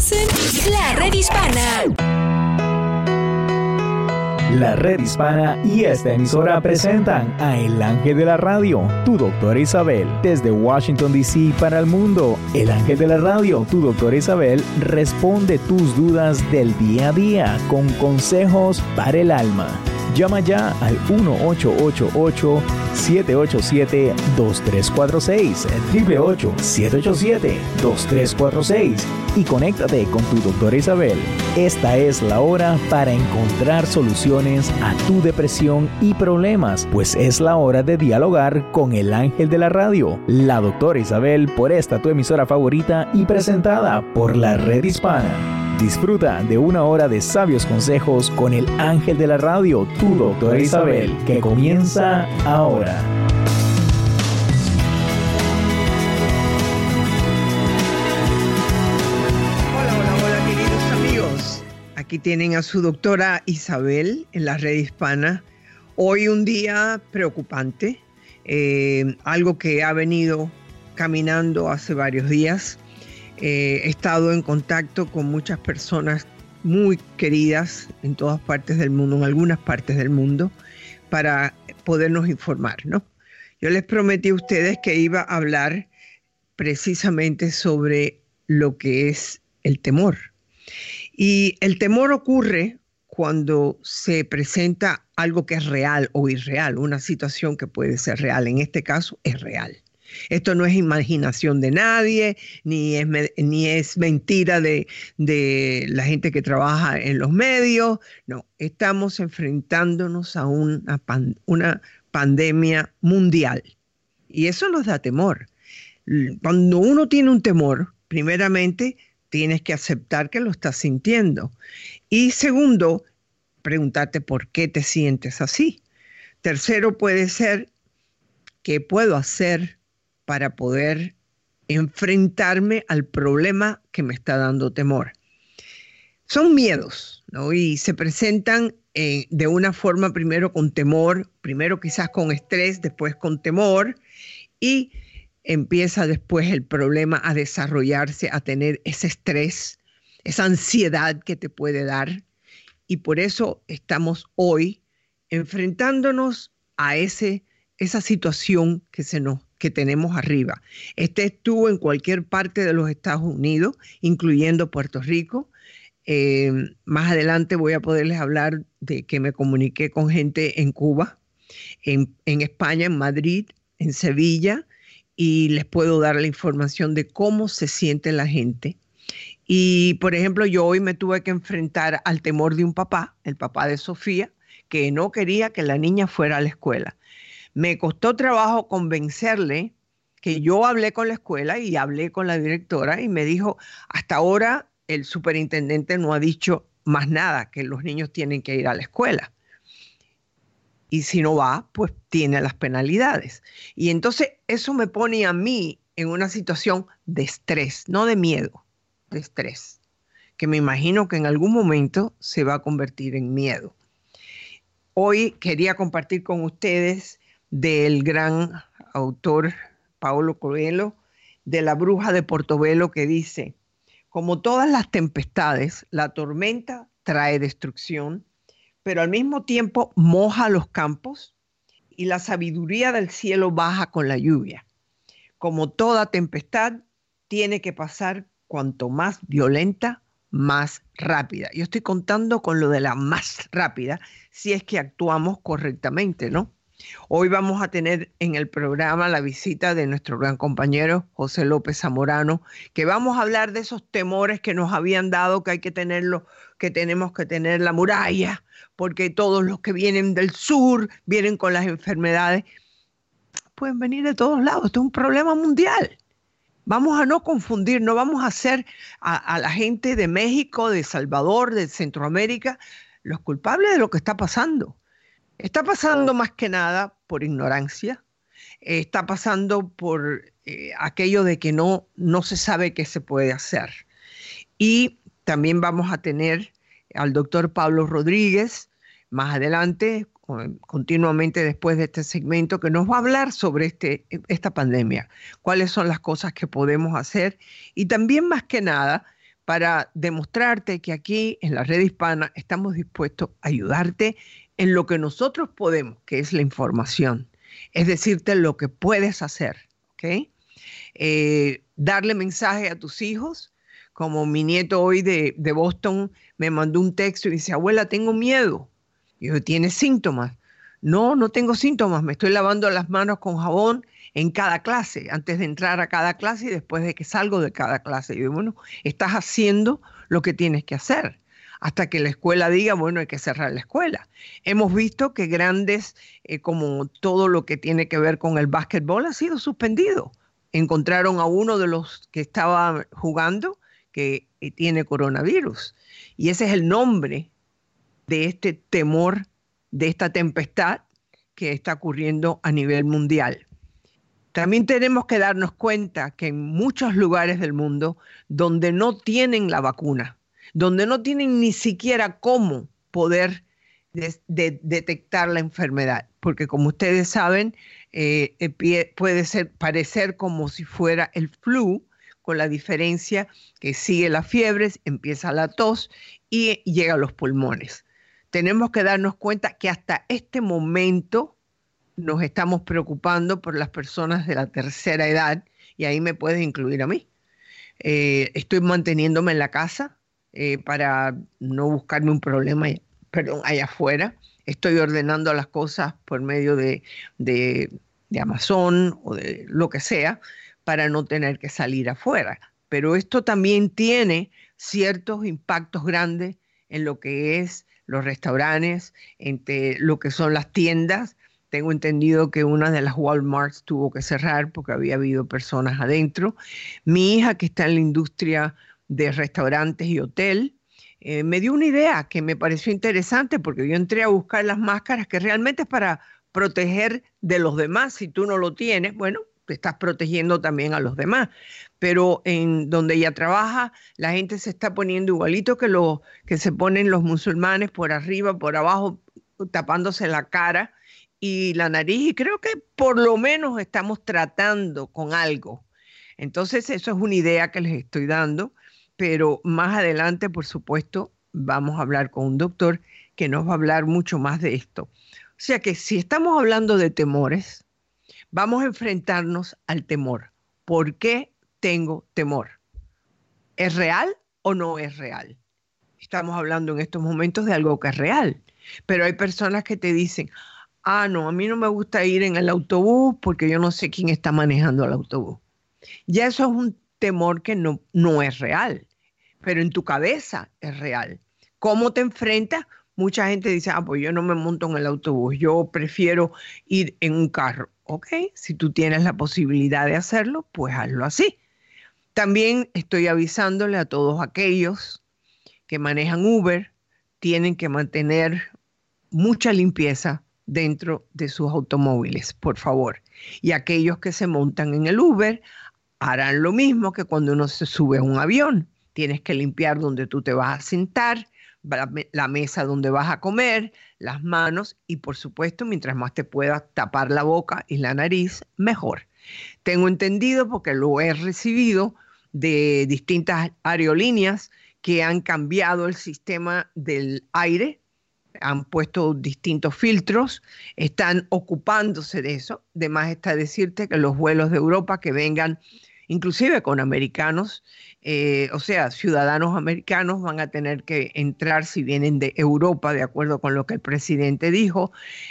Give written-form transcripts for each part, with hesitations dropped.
Estás en La Red Hispana. La Red Hispana y esta emisora presentan a El Ángel de la Radio, tu doctora Isabel. Desde Washington, D.C. para el mundo, El Ángel de la Radio, tu doctora Isabel, responde tus dudas del día a día con consejos para el alma. Llama ya al 1-888-787-2346, 888-787-2346 y conéctate con tu doctora Isabel. Esta es la hora para encontrar soluciones a tu depresión y problemas, pues es la hora de dialogar con el ángel de la radio, la doctora Isabel, por esta tu emisora favorita y presentada por la Red Hispana. Disfruta de una hora de sabios consejos con el ángel de la radio, tu doctora Isabel, que comienza ahora. Hola, queridos amigos. Aquí tienen a su doctora Isabel en la Red Hispana. Hoy un día preocupante, algo que ha venido caminando hace varios días. He estado en contacto con muchas personas muy queridas en todas partes del mundo, en algunas partes del mundo, para podernos informar, ¿no? Yo les prometí a ustedes que iba a hablar precisamente sobre lo que es el temor. Y el temor ocurre cuando se presenta algo que es real o irreal, una situación que puede ser real. En este caso es real. Esto no es imaginación de nadie, ni es mentira de la gente que trabaja en los medios. No, estamos enfrentándonos a una pandemia mundial. Y eso nos da temor. Cuando uno tiene un temor, primeramente tienes que aceptar que lo estás sintiendo. Y segundo, preguntarte por qué te sientes así. Tercero puede ser, ¿qué puedo hacer para poder enfrentarme al problema que me está dando temor? Son miedos, ¿no? Y se presentan de una forma primero con temor, primero quizás con estrés, después con temor, y empieza después el problema a desarrollarse, a tener ese estrés, esa ansiedad que te puede dar. Y por eso estamos hoy enfrentándonos a esa situación que tenemos arriba. Estuvo en cualquier parte de los Estados Unidos, incluyendo Puerto Rico. Más adelante voy a poderles hablar de que me comuniqué con gente en Cuba, en España, en Madrid, en Sevilla, y les puedo dar la información de cómo se siente la gente. Y, por ejemplo, yo hoy me tuve que enfrentar al temor de un papá, el papá de Sofía, que no quería que la niña fuera a la escuela. Me costó trabajo convencerle, que yo hablé con la escuela y hablé con la directora y me dijo, hasta ahora el superintendente no ha dicho más nada, que los niños tienen que ir a la escuela. Y si no va, pues tiene las penalidades. Y entonces eso me pone a mí en una situación de estrés, no de miedo, de estrés, que me imagino que en algún momento se va a convertir en miedo. Hoy quería compartir con ustedes del gran autor Paulo Coelho, de La bruja de Portobelo, que dice: como todas las tempestades, la tormenta trae destrucción, pero al mismo tiempo moja los campos y la sabiduría del cielo baja con la lluvia. Como toda tempestad, tiene que pasar cuanto más violenta, más rápida. Yo estoy contando con lo de la más rápida, si es que actuamos correctamente, ¿no? Hoy vamos a tener en el programa la visita de nuestro gran compañero José López Zamorano, que vamos a hablar de esos temores que nos habían dado, que hay que tenerlo, que tenemos que tener la muralla, porque todos los que vienen del sur vienen con las enfermedades. Pueden venir de todos lados, esto es un problema mundial. Vamos a no confundir, no vamos a hacer a la gente de México, de Salvador, de Centroamérica, los culpables de lo que está pasando. Está pasando más que nada por ignorancia, está pasando por aquello de que no se sabe qué se puede hacer. Y también vamos a tener al doctor Pablo Rodríguez más adelante, continuamente después de este segmento, que nos va a hablar sobre esta pandemia, cuáles son las cosas que podemos hacer y también más que nada para demostrarte que aquí en la Red Hispana estamos dispuestos a ayudarte en lo que nosotros podemos, que es la información. Es decirte lo que puedes hacer, ¿ok? Darle mensaje a tus hijos, como mi nieto hoy de Boston me mandó un texto y dice, abuela, tengo miedo. Y yo, ¿tienes síntomas? No, no tengo síntomas, me estoy lavando las manos con jabón en cada clase, antes de entrar a cada clase y después de que salgo de cada clase. Y yo, bueno, estás haciendo lo que tienes que hacer, hasta que la escuela diga, bueno, hay que cerrar la escuela. Hemos visto que grandes, como todo lo que tiene que ver con el básquetbol, ha sido suspendido. Encontraron a uno de los que estaba jugando que tiene coronavirus. Y ese es el nombre de este temor, de esta tempestad que está ocurriendo a nivel mundial. También tenemos que darnos cuenta que en muchos lugares del mundo donde no tienen la vacuna, donde no tienen ni siquiera cómo poder detectar la enfermedad, porque como ustedes saben, puede parecer como si fuera el flu, con la diferencia que sigue las fiebres, empieza la tos y llega a los pulmones. Tenemos que darnos cuenta que hasta este momento nos estamos preocupando por las personas de la tercera edad, y ahí me puedes incluir a mí. Estoy manteniéndome en la casa para no buscarme un problema allá afuera. Estoy ordenando las cosas por medio de Amazon o de lo que sea para no tener que salir afuera. Pero esto también tiene ciertos impactos grandes en lo que es los restaurantes, entre lo que son las tiendas. Tengo entendido que una de las Walmarts tuvo que cerrar porque había habido personas adentro. Mi hija, que está en la industria de restaurantes y hotel, me dio una idea que me pareció interesante, porque yo entré a buscar las máscaras, que realmente es para proteger de los demás. Si tú no lo tienes, bueno, te estás protegiendo también a los demás. Pero en donde ella trabaja, la gente se está poniendo igualito que se ponen los musulmanes, por arriba, por abajo, tapándose la cara y la nariz, y creo que por lo menos estamos tratando con algo. Entonces eso es una idea que les estoy dando, pero más adelante, por supuesto, vamos a hablar con un doctor que nos va a hablar mucho más de esto. O sea que si estamos hablando de temores, vamos a enfrentarnos al temor. ¿Por qué tengo temor? ¿Es real o no es real? Estamos hablando en estos momentos de algo que es real, pero hay personas que te dicen, no, a mí no me gusta ir en el autobús porque yo no sé quién está manejando el autobús. Ya eso es un temor que no es real, pero en tu cabeza es real. ¿Cómo te enfrentas? Mucha gente dice, pues yo no me monto en el autobús, yo prefiero ir en un carro. Ok, si tú tienes la posibilidad de hacerlo, pues hazlo así. También estoy avisándole a todos aquellos que manejan Uber, tienen que mantener mucha limpieza dentro de sus automóviles, por favor. Y aquellos que se montan en el Uber harán lo mismo que cuando uno se sube a un avión. Tienes que limpiar donde tú te vas a sentar, la mesa donde vas a comer, las manos y, por supuesto, mientras más te puedas tapar la boca y la nariz, mejor. Tengo entendido, porque lo he recibido de distintas aerolíneas, que han cambiado el sistema del aire, han puesto distintos filtros, están ocupándose de eso. De más está decirte que los vuelos de Europa que vengan, inclusive con americanos, o sea, ciudadanos americanos, van a tener que entrar, si vienen de Europa, de acuerdo con lo que el presidente dijo,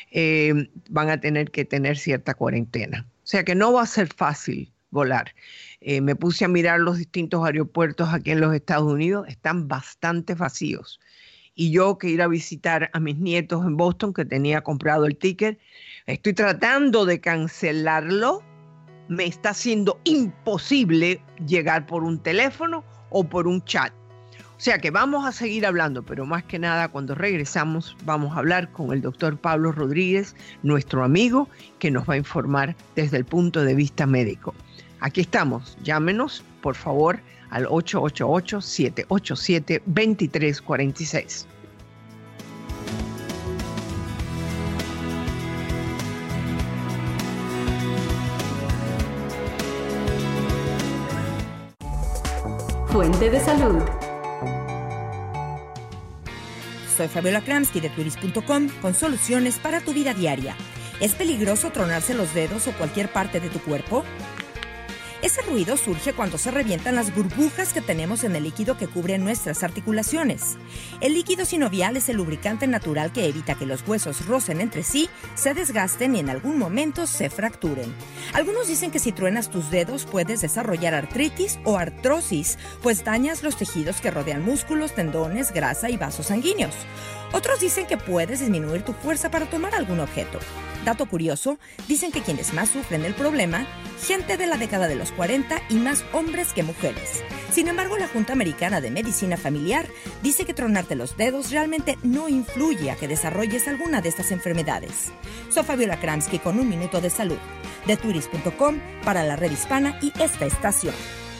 van a tener que tener cierta cuarentena. O sea que no va a ser fácil volar. Me puse a mirar los distintos aeropuertos aquí en los Estados Unidos, están bastante vacíos. Y yo, que ir a visitar a mis nietos en Boston, que tenía comprado el ticket, estoy tratando de cancelarlo. Me está haciendo imposible llegar por un teléfono o por un chat. O sea que vamos a seguir hablando, pero más que nada, cuando regresamos, vamos a hablar con el doctor Pablo Rodríguez, nuestro amigo, que nos va a informar desde el punto de vista médico. Aquí estamos, llámenos, por favor, al 888-787-2346. Fuente de salud. Soy Fabiola Kramsky de Turis.com con soluciones para tu vida diaria. ¿Es peligroso tronarse los dedos o cualquier parte de tu cuerpo? Ese ruido surge cuando se revientan las burbujas que tenemos en el líquido que cubre nuestras articulaciones. El líquido sinovial es el lubricante natural que evita que los huesos rocen entre sí, se desgasten y en algún momento se fracturen. Algunos dicen que si truenas tus dedos puedes desarrollar artritis o artrosis, pues dañas los tejidos que rodean músculos, tendones, grasa y vasos sanguíneos. Otros dicen que puedes disminuir tu fuerza para tomar algún objeto. Dato curioso, dicen que quienes más sufren del problema, gente de la década de los 40 y más hombres que mujeres. Sin embargo, la Junta Americana de Medicina Familiar dice que tronarte los dedos realmente no influye a que desarrolles alguna de estas enfermedades. Soy Fabiola Kramsky con Un Minuto de Salud, de Turis.com para la Red Hispana y esta estación.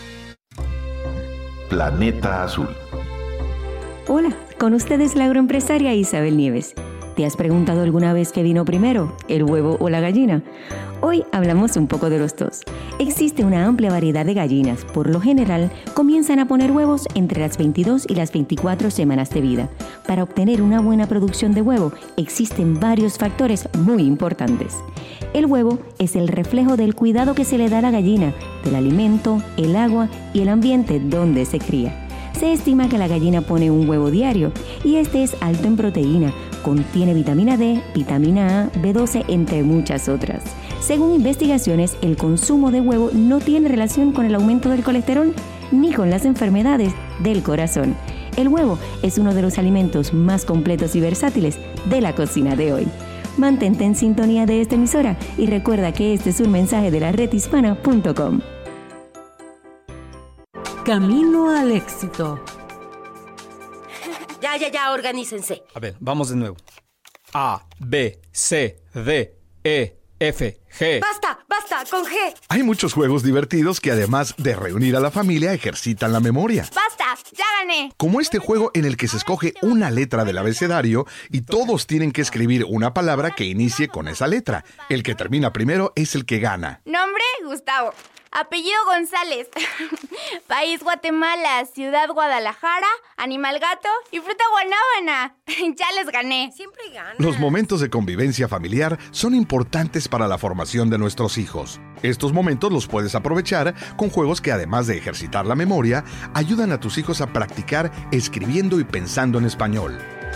Planeta Azul. Hola, con ustedes la agroempresaria Isabel Nieves. ¿Te has preguntado alguna vez qué vino primero, el huevo o la gallina? Hoy hablamos un poco de los dos. Existe una amplia variedad de gallinas. Por lo general, comienzan a poner huevos entre las 22 y las 24 semanas de vida. Para obtener una buena producción de huevo, existen varios factores muy importantes. El huevo es el reflejo del cuidado que se le da a la gallina, del alimento, el agua y el ambiente donde se cría. Se estima que la gallina pone un huevo diario y este es alto en proteína, contiene vitamina D, vitamina A, B12, entre muchas otras. Según investigaciones, el consumo de huevo no tiene relación con el aumento del colesterol ni con las enfermedades del corazón. El huevo es uno de los alimentos más completos y versátiles de la cocina de hoy. Mantente en sintonía de esta emisora y recuerda que este es un mensaje de la redhispana.com. Camino al éxito. Ya, organícense. A ver, vamos de nuevo. A, B, C, D, E, F, G. ¡Basta! ¡Con G! Hay muchos juegos divertidos que además de reunir a la familia, ejercitan la memoria. ¡Basta! ¡Ya gané! Como este juego en el que se escoge una letra del abecedario y todos tienen que escribir una palabra que inicie con esa letra. El que termina primero es el que gana. Nombre, Gustavo. Apellido González. País Guatemala. Ciudad Guadalajara. Animal gato. Y fruta guanábana. Ya les gané. Siempre ganas. Los momentos de convivencia familiar son importantes para la formación de nuestros hijos. Estos momentos los puedes aprovechar con juegos que, además de ejercitar la memoria, ayudan a tus hijos a practicar escribiendo y pensando en español.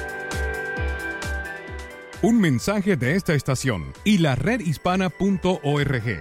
Un mensaje de esta estación y la redhispana.org.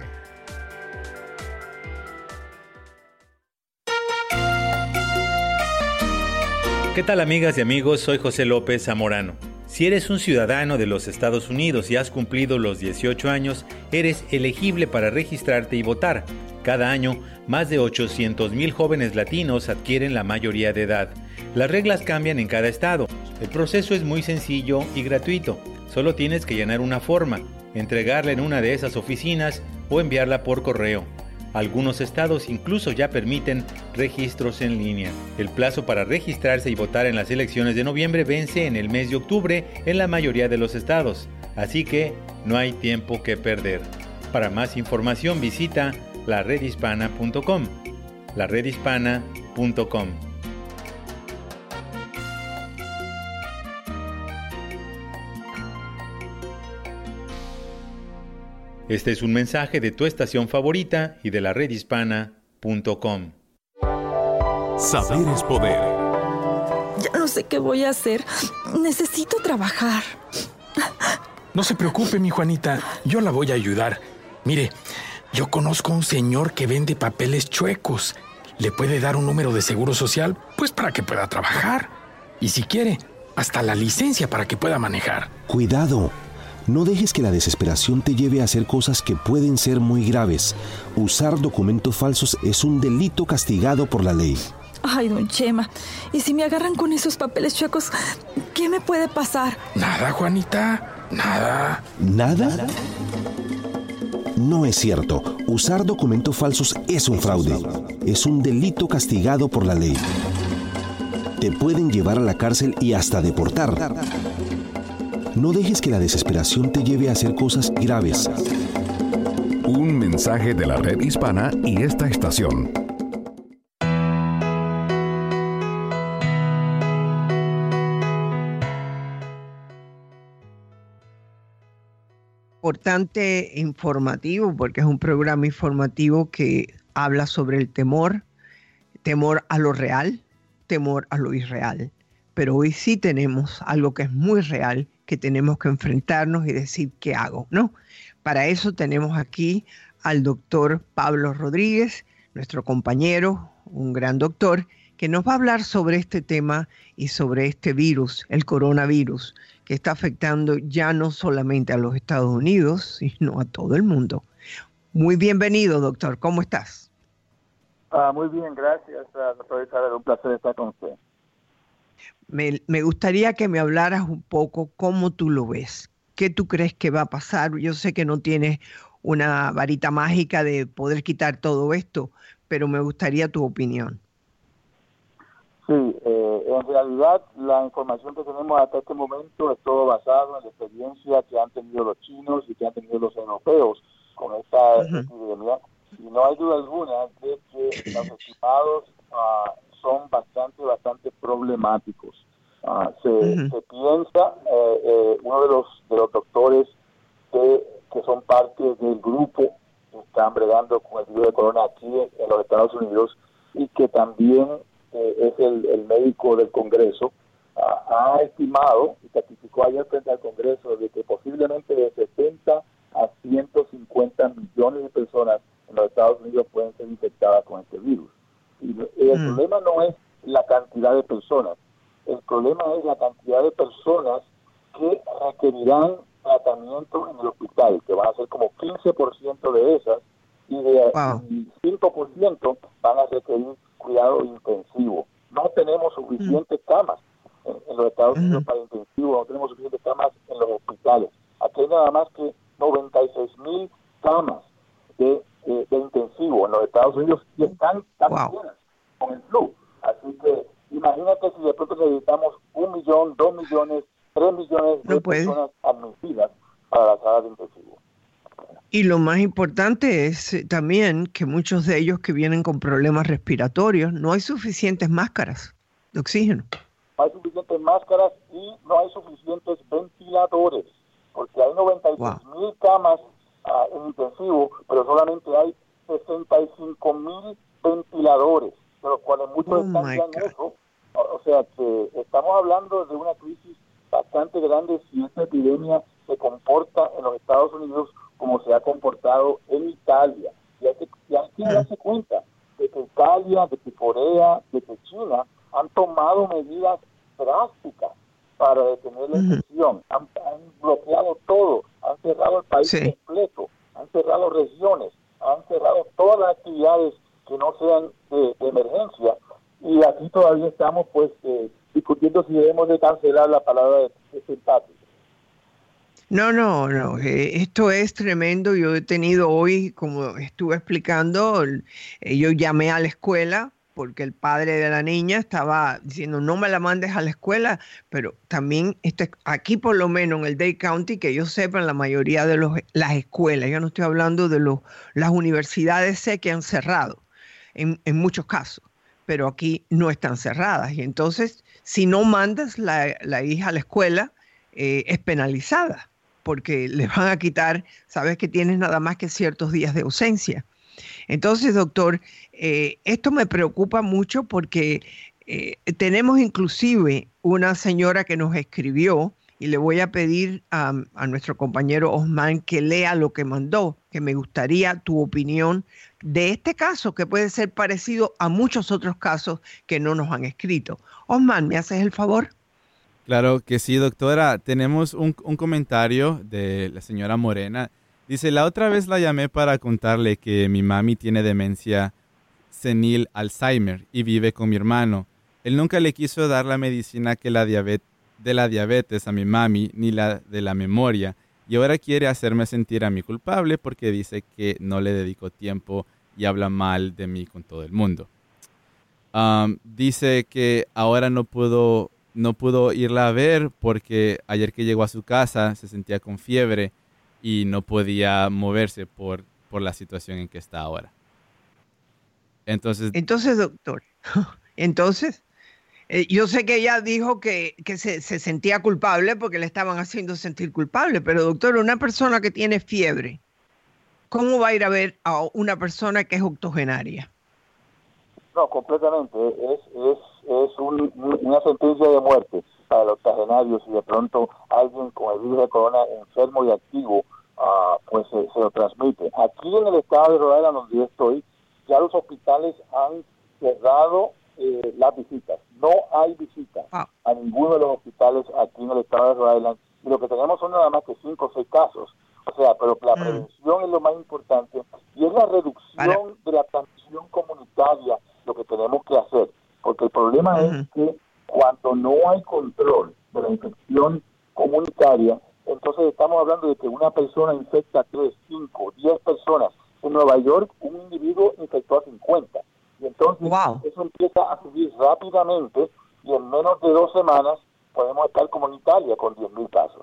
¿Qué tal, amigas y amigos? Soy José López Zamorano. Si eres un ciudadano de los Estados Unidos y has cumplido los 18 años, eres elegible para registrarte y votar. Cada año, más de 800,000 jóvenes latinos adquieren la mayoría de edad. Las reglas cambian en cada estado. El proceso es muy sencillo y gratuito. Solo tienes que llenar una forma, entregarla en una de esas oficinas o enviarla por correo. Algunos estados incluso ya permiten registros en línea. El plazo para registrarse y votar en las elecciones de noviembre vence en el mes de octubre en la mayoría de los estados, así que no hay tiempo que perder. Para más información visita laredhispana.com. laredhispana.com. Este es un mensaje de tu estación favorita y de la redhispana.com. Saber es poder. Ya no sé qué voy a hacer. Necesito trabajar. No se preocupe, mi Juanita. Yo la voy a ayudar. Mire, yo conozco a un señor que vende papeles chuecos. Le puede dar un número de seguro social, pues para que pueda trabajar. Y si quiere, hasta la licencia para que pueda manejar. Cuidado. No dejes que la desesperación te lleve a hacer cosas que pueden ser muy graves. Usar documentos falsos es un delito castigado por la ley. Ay, don Chema, ¿y si me agarran con esos papeles chuecos, qué me puede pasar? Nada, Juanita, nada. ¿Nada? No es cierto. Usar documentos falsos es un fraude. Es un delito castigado por la ley. Te pueden llevar a la cárcel y hasta deportar. No dejes que la desesperación te lleve a hacer cosas graves. Un mensaje de la Red Hispana y esta estación. importante informativo, porque es un programa informativo que habla sobre el temor a lo real, temor a lo irreal. Pero hoy sí tenemos algo que es muy real, que tenemos que enfrentarnos y decir qué hago, ¿no? Para eso tenemos aquí al doctor Pablo Rodríguez, nuestro compañero, un gran doctor, que nos va a hablar sobre este tema y sobre este virus, el coronavirus, que está afectando ya no solamente a los Estados Unidos, sino a todo el mundo. Muy bienvenido, doctor. ¿Cómo estás? Muy bien, gracias, doctor Isabel. Un placer estar con usted. Me gustaría que me hablaras un poco cómo tú lo ves. ¿Qué tú crees que va a pasar? Yo sé que no tienes una varita mágica de poder quitar todo esto, pero me gustaría tu opinión. Sí, en realidad la información que tenemos hasta este momento es todo basado en la experiencia que han tenido los chinos y que han tenido los europeos con esta epidemia. Y no hay duda alguna de que los estimados son bastante problemáticos. Se piensa, uno de los doctores que son parte del grupo que están bregando con el virus de corona aquí en los Estados Unidos y que también es el médico del Congreso, ha estimado y testificó ayer frente al Congreso de que posiblemente de 70 a 150 millones de personas en los Estados Unidos pueden ser infectadas con este virus. Y el problema no es la cantidad de personas, el problema es la cantidad de personas que requerirán tratamiento en el hospital, que van a ser como 15% de esas, y de 5% van a requerir cuidado intensivo. No tenemos suficientes camas en los Estados Unidos para intensivo, no tenemos suficientes camas en los hospitales. Aquí hay nada más que 96,000 camas de intensivo en los Estados Unidos y están llenas con el flu. Así que imagínate si de pronto necesitamos 1 millón, 2 millones, 3 millones de personas admitidas para las salas de intensivo. Y lo más importante es también que muchos de ellos que vienen con problemas respiratorios, no hay suficientes máscaras de oxígeno. No hay suficientes máscaras y no hay suficientes ventiladores, porque hay 96,000 camas en intensivo, pero solamente hay 65,000 ventiladores, de los cuales muchos están ya en eso. O sea que estamos hablando de una crisis bastante grande si esta epidemia se comporta en los Estados Unidos como se ha comportado en Italia. Y hay que darse cuenta de que Italia, de que Corea, de que China han tomado medidas drásticas para detener la infección. Han bloqueado todo, han cerrado el país completo, han cerrado regiones, han cerrado todas las actividades que no sean de emergencia. Y aquí todavía estamos discutiendo si debemos de cancelar la palabra de simpático. No, esto es tremendo. Yo he tenido hoy, como estuve explicando, yo llamé a la escuela porque el padre de la niña estaba diciendo no me la mandes a la escuela, pero también aquí por lo menos en el Dade County, que yo sepa, en la mayoría de las escuelas, yo no estoy hablando de las universidades, sé que han cerrado en muchos casos, pero aquí no están cerradas. Y entonces, si no mandas la hija a la escuela, es penalizada, porque le van a quitar, sabes que tienes nada más que ciertos días de ausencia. Entonces, doctor, esto me preocupa mucho porque tenemos inclusive una señora que nos escribió, y le voy a pedir a nuestro compañero Osman que lea lo que mandó, que me gustaría tu opinión de este caso, que puede ser parecido a muchos otros casos que no nos han escrito. Osman, ¿me haces el favor? Claro que sí, doctora. Tenemos un comentario de la señora Morena. Dice, la otra vez la llamé para contarle que mi mami tiene demencia senil Alzheimer y vive con mi hermano. Él nunca le quiso dar la medicina de la diabetes a mi mami ni la de la memoria y ahora quiere hacerme sentir a mí culpable porque dice que no le dedico tiempo y habla mal de mí con todo el mundo. Dice que ahora no pudo irla a ver porque ayer que llegó a su casa se sentía con fiebre y no podía moverse por la situación en que está ahora. Entonces, doctor, Yo sé que ella dijo que se sentía culpable porque le estaban haciendo sentir culpable, pero doctor, una persona que tiene fiebre, ¿cómo va a ir a ver a una persona que es octogenaria? No, completamente. Es una sentencia de muerte para los octogenarios y de pronto alguien con el virus de corona enfermo y activo, pues se lo transmite. Aquí en el estado de Rhode Island, donde yo estoy, ya los hospitales han cerrado las visitas. No hay visitas a ninguno de los hospitales aquí en el estado de Rhode Island. Y lo que tenemos son nada más que 5 o 6 casos. O sea, pero la prevención es lo más importante y es la reducción de la transmisión comunitaria lo que tenemos que hacer. Porque el problema es que cuando no hay control de la infección comunitaria, entonces estamos hablando de que una persona infecta a 3, 5, 10 personas. En Nueva York, un individuo infectó a 50. Y entonces eso empieza a subir rápidamente y en menos de 2 semanas podemos estar como en Italia con 10,000 casos.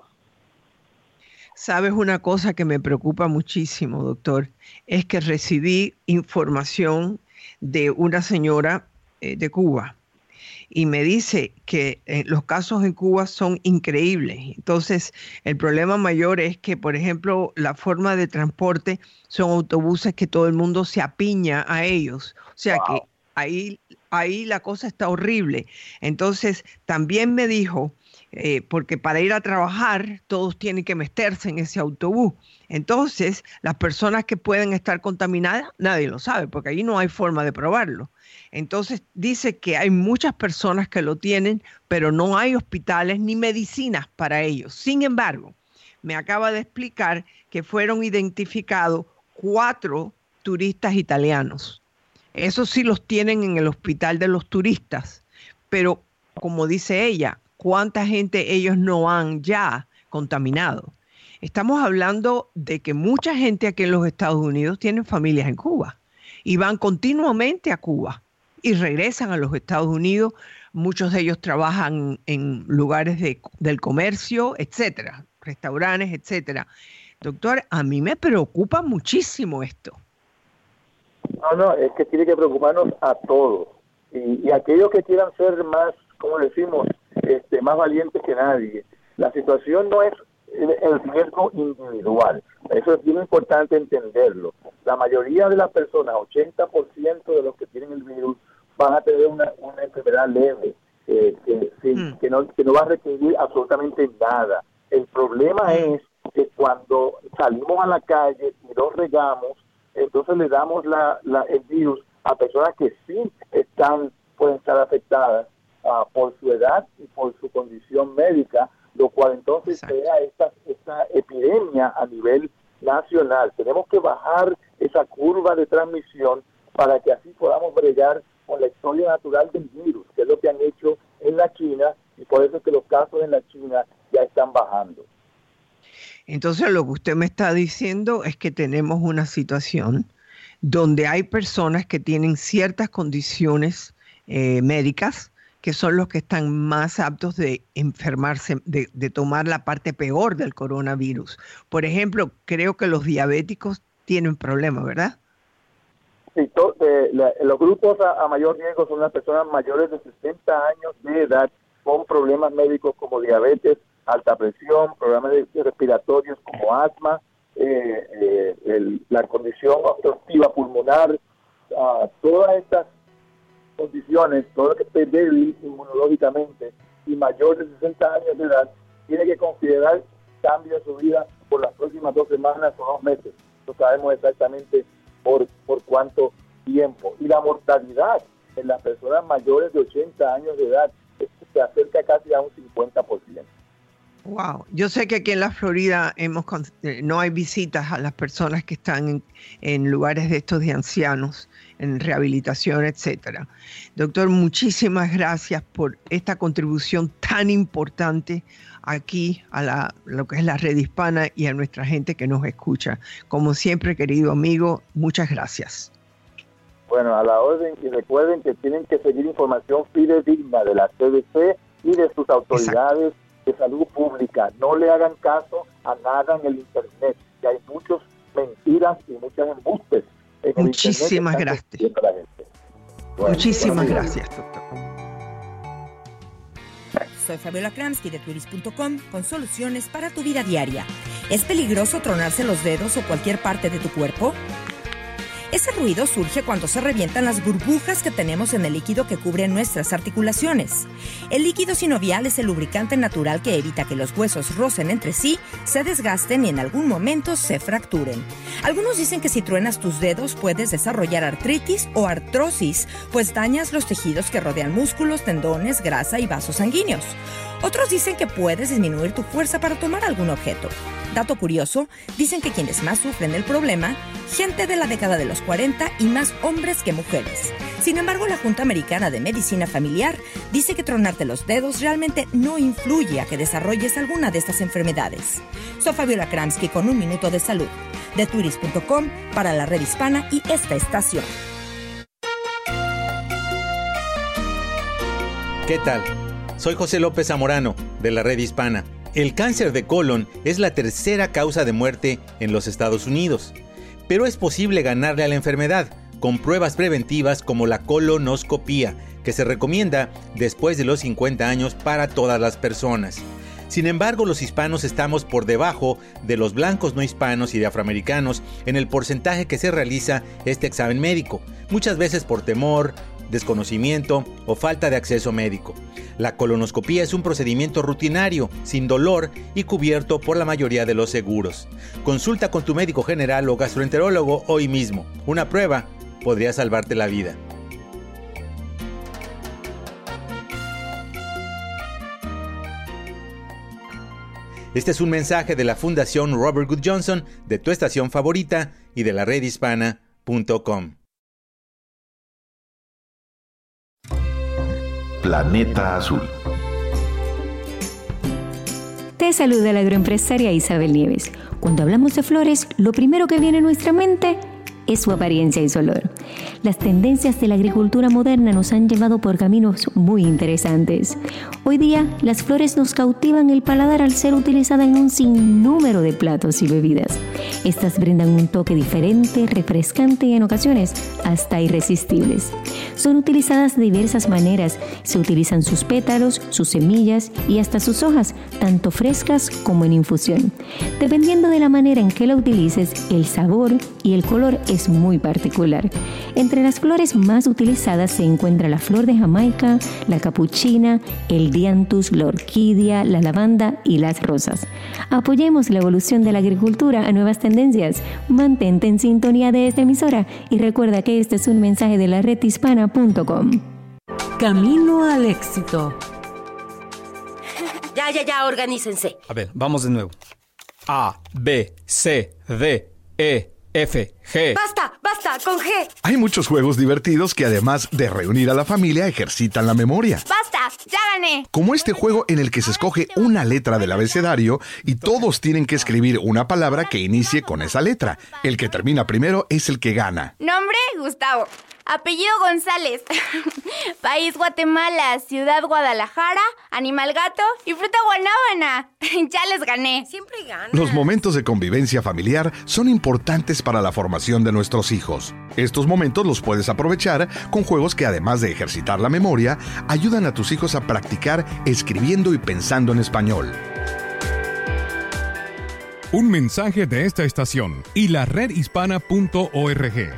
¿Sabes una cosa que me preocupa muchísimo, doctor? Es que recibí información de una señora de Cuba y me dice que los casos en Cuba son increíbles. Entonces, el problema mayor es que, por ejemplo, la forma de transporte son autobuses que todo el mundo se apiña a ellos. O sea que ahí la cosa está horrible. Entonces, también me dijo, porque para ir a trabajar todos tienen que meterse en ese autobús. Entonces, las personas que pueden estar contaminadas, nadie lo sabe, porque ahí no hay forma de probarlo. Entonces, dice que hay muchas personas que lo tienen, pero no hay hospitales ni medicinas para ellos. Sin embargo, me acaba de explicar que fueron identificados 4 turistas italianos. Esos sí los tienen en el hospital de los turistas, pero como dice ella, ¿cuánta gente ellos no han ya contaminado? Estamos hablando de que mucha gente aquí en los Estados Unidos tienen familias en Cuba y van continuamente a Cuba y regresan a los Estados Unidos. Muchos de ellos trabajan en lugares del comercio, etcétera, restaurantes, etcétera. Doctor, a mí me preocupa muchísimo esto. No, es que tiene que preocuparnos a todos. Y aquellos que quieran ser más, como decimos, más valientes que nadie. La situación no es el riesgo individual. Eso es bien importante entenderlo. La mayoría de las personas, 80% de los que tienen el virus, van a tener una enfermedad leve, que no va a requerir absolutamente nada. El problema es que cuando salimos a la calle y lo regamos, entonces le damos el virus a personas que sí pueden estar afectadas por su edad y por su condición médica, lo cual entonces crea esta epidemia a nivel nacional. Tenemos que bajar esa curva de transmisión para que así podamos bregar con la historia natural del virus, que es lo que han hecho en la China, y por eso es que los casos en la China ya están bajando. Entonces lo que usted me está diciendo es que tenemos una situación donde hay personas que tienen ciertas condiciones médicas que son los que están más aptos de enfermarse, de tomar la parte peor del coronavirus. Por ejemplo, creo que los diabéticos tienen problemas, ¿verdad? Sí, los grupos a mayor riesgo son las personas mayores de 60 años de edad con problemas médicos como diabetes, alta presión, problemas respiratorios como asma, la condición obstructiva pulmonar, todas estas condiciones, todo lo que esté débil inmunológicamente y mayor de 60 años de edad, tiene que considerar cambio en su vida por las próximas 2 semanas o 2 meses. No sabemos exactamente por cuánto tiempo. Y la mortalidad en las personas mayores de 80 años de edad se acerca casi a un 50%. Wow, yo sé que aquí en la Florida no hay visitas a las personas que están en lugares de estos de ancianos, en rehabilitación, etcétera. Doctor, muchísimas gracias por esta contribución tan importante aquí a lo que es la red hispana y a nuestra gente que nos escucha. Como siempre, querido amigo, muchas gracias. Bueno, a la orden, y recuerden que tienen que seguir información fidedigna de la CDC y de sus autoridades de salud pública. No le hagan caso a nada en el internet, que hay muchas mentiras y muchos embustes en el Muchísimas internet. Gracias. Bueno, muchísimas gracias, doctor. Soy Fabiola Kramsky de Turis.com con soluciones para tu vida diaria. ¿Es peligroso tronarse los dedos o cualquier parte de tu cuerpo? Ese ruido surge cuando se revientan las burbujas que tenemos en el líquido que cubre nuestras articulaciones. El líquido sinovial es el lubricante natural que evita que los huesos rocen entre sí, se desgasten y en algún momento se fracturen. Algunos dicen que si truenas tus dedos puedes desarrollar artritis o artrosis, pues dañas los tejidos que rodean músculos, tendones, grasa y vasos sanguíneos. Otros dicen que puedes disminuir tu fuerza para tomar algún objeto. Dato curioso, dicen que quienes más sufren el problema, gente de la década de los 40 y más hombres que mujeres. Sin embargo, la Junta Americana de Medicina Familiar dice que tronarte los dedos realmente no influye a que desarrolles alguna de estas enfermedades. Soy Fabiola Kramsky con Un Minuto de Salud, de Turis.com para la Red Hispana y esta estación. ¿Qué tal? Soy José López Zamorano, de la Red Hispana. El cáncer de colon es la tercera causa de muerte en los Estados Unidos. Pero es posible ganarle a la enfermedad con pruebas preventivas como la colonoscopía, que se recomienda después de los 50 años para todas las personas. Sin embargo, los hispanos estamos por debajo de los blancos no hispanos y de afroamericanos en el porcentaje que se realiza este examen médico, muchas veces por temor, desconocimiento o falta de acceso médico. La colonoscopía es un procedimiento rutinario, sin dolor y cubierto por la mayoría de los seguros. Consulta con tu médico general o gastroenterólogo hoy mismo. Una prueba podría salvarte la vida. Este es un mensaje de la Fundación Robert Wood Johnson, de tu estación favorita y de la redhispana.com. Planeta Azul. Te saluda la agroempresaria Isabel Nieves. Cuando hablamos de flores, lo primero que viene a nuestra mente es su apariencia y su olor. Las tendencias de la agricultura moderna nos han llevado por caminos muy interesantes. Hoy día, las flores nos cautivan el paladar al ser utilizadas en un sinnúmero de platos y bebidas. Estas brindan un toque diferente, refrescante y en ocasiones hasta irresistibles. Son utilizadas de diversas maneras. Se utilizan sus pétalos, sus semillas y hasta sus hojas, tanto frescas como en infusión. Dependiendo de la manera en que la utilices, el sabor y el color es muy particular. Entre las flores más utilizadas se encuentra la flor de Jamaica, la capuchina, el dianthus, la orquídea, la lavanda y las rosas. Apoyemos la evolución de la agricultura a nuevas tendencias. Mantente en sintonía de esta emisora y recuerda que este es un mensaje de la redhispana.com. Camino al éxito. Ya, organícense. A ver, vamos de nuevo. A, B, C, D, E, F, G. Basta, con G. Hay muchos juegos divertidos que además de reunir a la familia ejercitan la memoria. ¡Basta! ¡Ya gané! Como este juego en el que se escoge una letra del abecedario y todos tienen que escribir una palabra que inicie con esa letra. El que termina primero es el que gana. Nombre, Gustavo. Apellido González. País Guatemala. Ciudad Guadalajara. Animal gato y fruta guanábana. Ya les gané. Siempre ganas. Los momentos de convivencia familiar son importantes para la formación de nuestros hijos. Estos momentos los puedes aprovechar con juegos que además de ejercitar la memoria, ayudan a tus hijos a practicar escribiendo y pensando en español. Un mensaje de esta estación y la redhispana.org.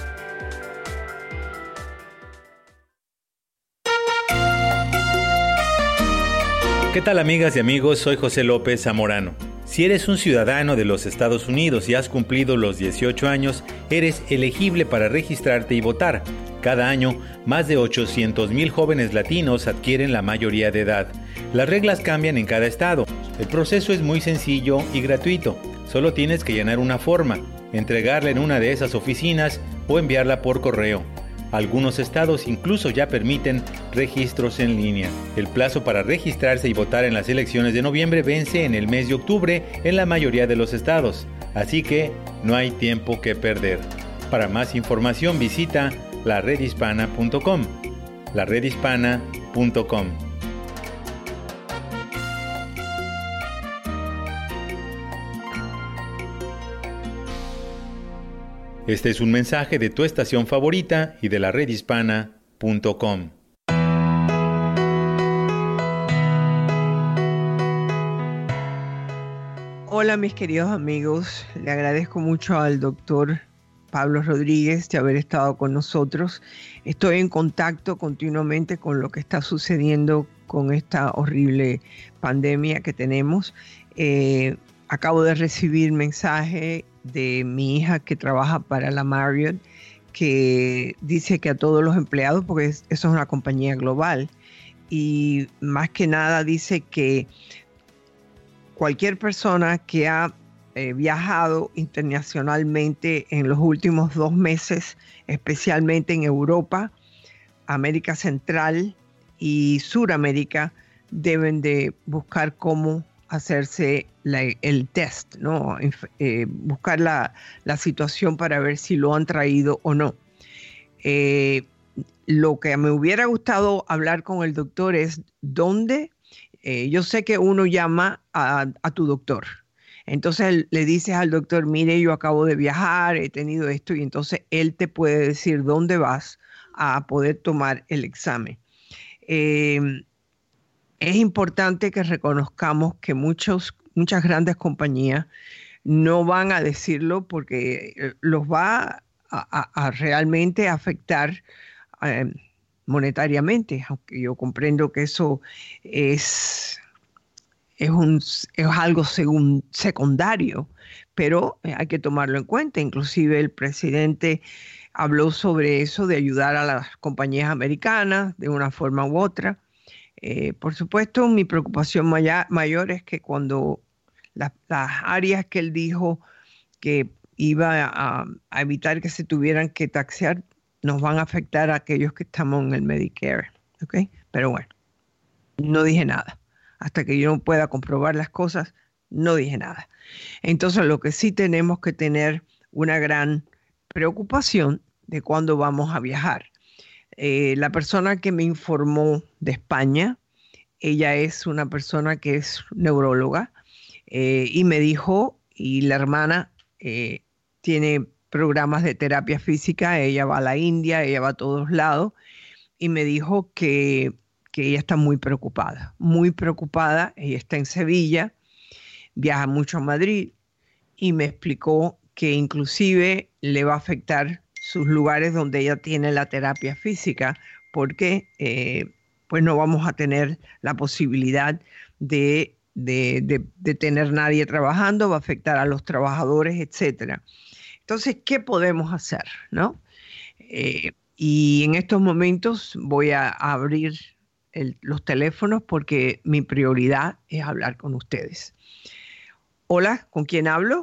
¿Qué tal, amigas y amigos? Soy José López Zamorano. Si eres un ciudadano de los Estados Unidos y has cumplido los 18 años, eres elegible para registrarte y votar. Cada año, más de 800,000 jóvenes latinos adquieren la mayoría de edad. Las reglas cambian en cada estado. El proceso es muy sencillo y gratuito. Solo tienes que llenar una forma, entregarla en una de esas oficinas o enviarla por correo. Algunos estados incluso ya permiten registros en línea. El plazo para registrarse y votar en las elecciones de noviembre vence en el mes de octubre en la mayoría de los estados, así que no hay tiempo que perder. Para más información visita laredhispana.com. laredhispana.com. Este es un mensaje de tu estación favorita y de la redhispana.com. Hola mis queridos amigos, le agradezco mucho al doctor Pablo Rodríguez de haber estado con nosotros. Estoy en contacto continuamente con lo que está sucediendo con esta horrible pandemia que tenemos. Acabo de recibir mensaje de mi hija que trabaja para la Marriott, que dice que a todos los empleados, porque eso es una compañía global, y más que nada dice que cualquier persona que ha viajado internacionalmente en los últimos 2 meses, especialmente en Europa, América Central y Suramérica, deben de buscar cómo hacerse el test, ¿no? Buscar la situación para ver si lo han traído o no. Lo que me hubiera gustado hablar con el doctor es dónde. Yo sé que uno llama a tu doctor. Entonces le dices al doctor, mire, yo acabo de viajar, he tenido esto, y entonces él te puede decir dónde vas a poder tomar el examen. Es importante que reconozcamos que muchas grandes compañías no van a decirlo porque los va a realmente afectar monetariamente, aunque yo comprendo que eso es algo secundario, pero hay que tomarlo en cuenta. Inclusive el presidente habló sobre eso, de ayudar a las compañías americanas de una forma u otra. Por supuesto, mi preocupación mayor es que cuando las áreas que él dijo que iba a evitar que se tuvieran que taxear, nos van a afectar a aquellos que estamos en el Medicare, ¿ok? Pero bueno, no dije nada. Hasta que yo no pueda comprobar las cosas, no dije nada. Entonces, lo que sí tenemos que tener una gran preocupación de cuándo vamos a viajar. La persona que me informó de España, ella es una persona que es neuróloga, y me dijo, y la hermana tiene programas de terapia física, ella va a la India, ella va a todos lados, y me dijo que ella está muy preocupada, ella está en Sevilla, viaja mucho a Madrid, y me explicó que inclusive le va a afectar sus lugares donde ella tiene la terapia física, porque pues no vamos a tener la posibilidad de tener nadie trabajando, va a afectar a los trabajadores, etcétera. Entonces, ¿qué podemos hacer, no? Y en estos momentos voy a abrir los teléfonos porque mi prioridad es hablar con ustedes. Hola, ¿con quién hablo?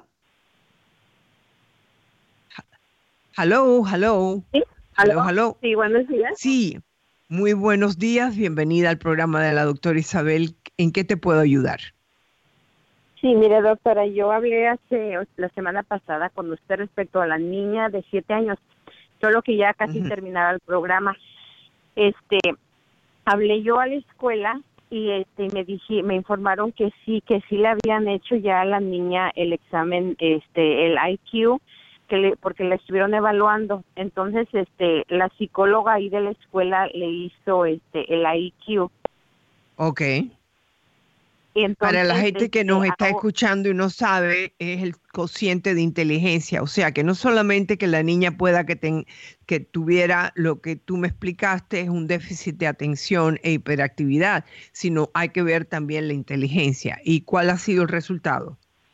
Hello. Sí, hello. Sí, buenos días. Sí, muy buenos días. Bienvenida al programa de la doctora Isabel. ¿En qué te puedo ayudar? Sí, mire, doctora, yo hablé la semana pasada con usted respecto a la niña de 7 años, solo que ya casi terminaba el programa. Hablé yo a la escuela y me informaron que sí le habían hecho ya a la niña el examen, el IQ, porque la estuvieron evaluando. Entonces, la psicóloga ahí de la escuela le hizo el IQ. Okay. Entonces, para la gente que nos está escuchando y no sabe, es el cociente de inteligencia. O sea, que no solamente que la niña pueda que tuviera lo que tú me explicaste, es un déficit de atención e hiperactividad, sino hay que ver también la inteligencia. ¿Y cuál ha sido el resultado?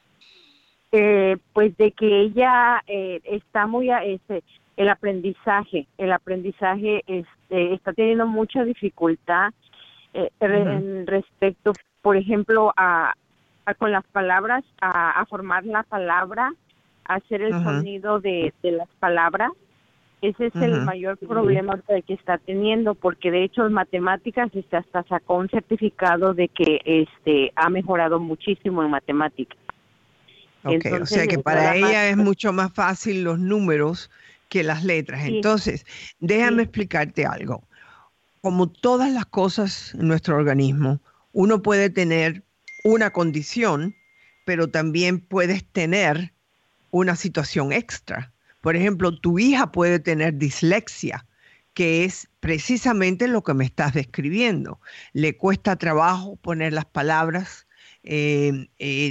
Pues de que ella está muy... el aprendizaje está teniendo mucha dificultad en respecto, por ejemplo, con las palabras, a formar la palabra, a hacer el sonido de las palabras. Ese es el mayor problema que está teniendo, porque de hecho en matemáticas hasta sacó un certificado de que ha mejorado muchísimo en matemáticas. Okay, entonces, o sea que para ella es mucho más fácil los números que las letras. Sí. Entonces, déjame explicarte algo. Como todas las cosas en nuestro organismo, uno puede tener una condición, pero también puedes tener una situación extra. Por ejemplo, tu hija puede tener dislexia, que es precisamente lo que me estás describiendo. Le cuesta trabajo poner las palabras,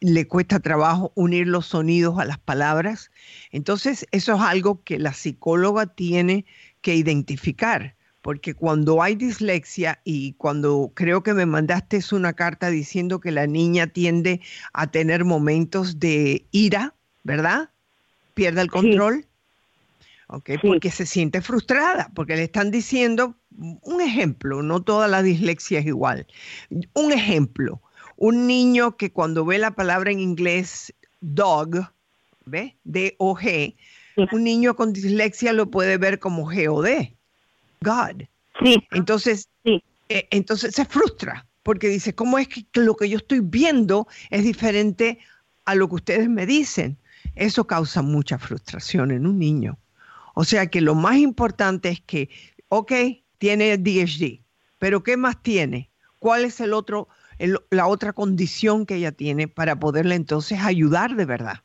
le cuesta trabajo unir los sonidos a las palabras. Entonces, eso es algo que la psicóloga tiene que identificar, porque cuando hay dislexia y cuando creo que me mandaste una carta diciendo que la niña tiende a tener momentos de ira, ¿verdad? Pierde el control. Sí. Okay, sí. Porque se siente frustrada, porque le están diciendo, un ejemplo, no toda la dislexia es igual. Un ejemplo, un niño que cuando ve la palabra en inglés dog, ¿ve? D-O-G, sí. Un niño con dislexia lo puede ver como G-O-D, God. Sí. Entonces se frustra, porque dice, ¿cómo es que lo que yo estoy viendo es diferente a lo que ustedes me dicen? Eso causa mucha frustración en un niño. O sea que lo más importante es que, ok, tiene ADHD, pero ¿qué más tiene? ¿Cuál es la otra condición que ella tiene para poderle entonces ayudar de verdad?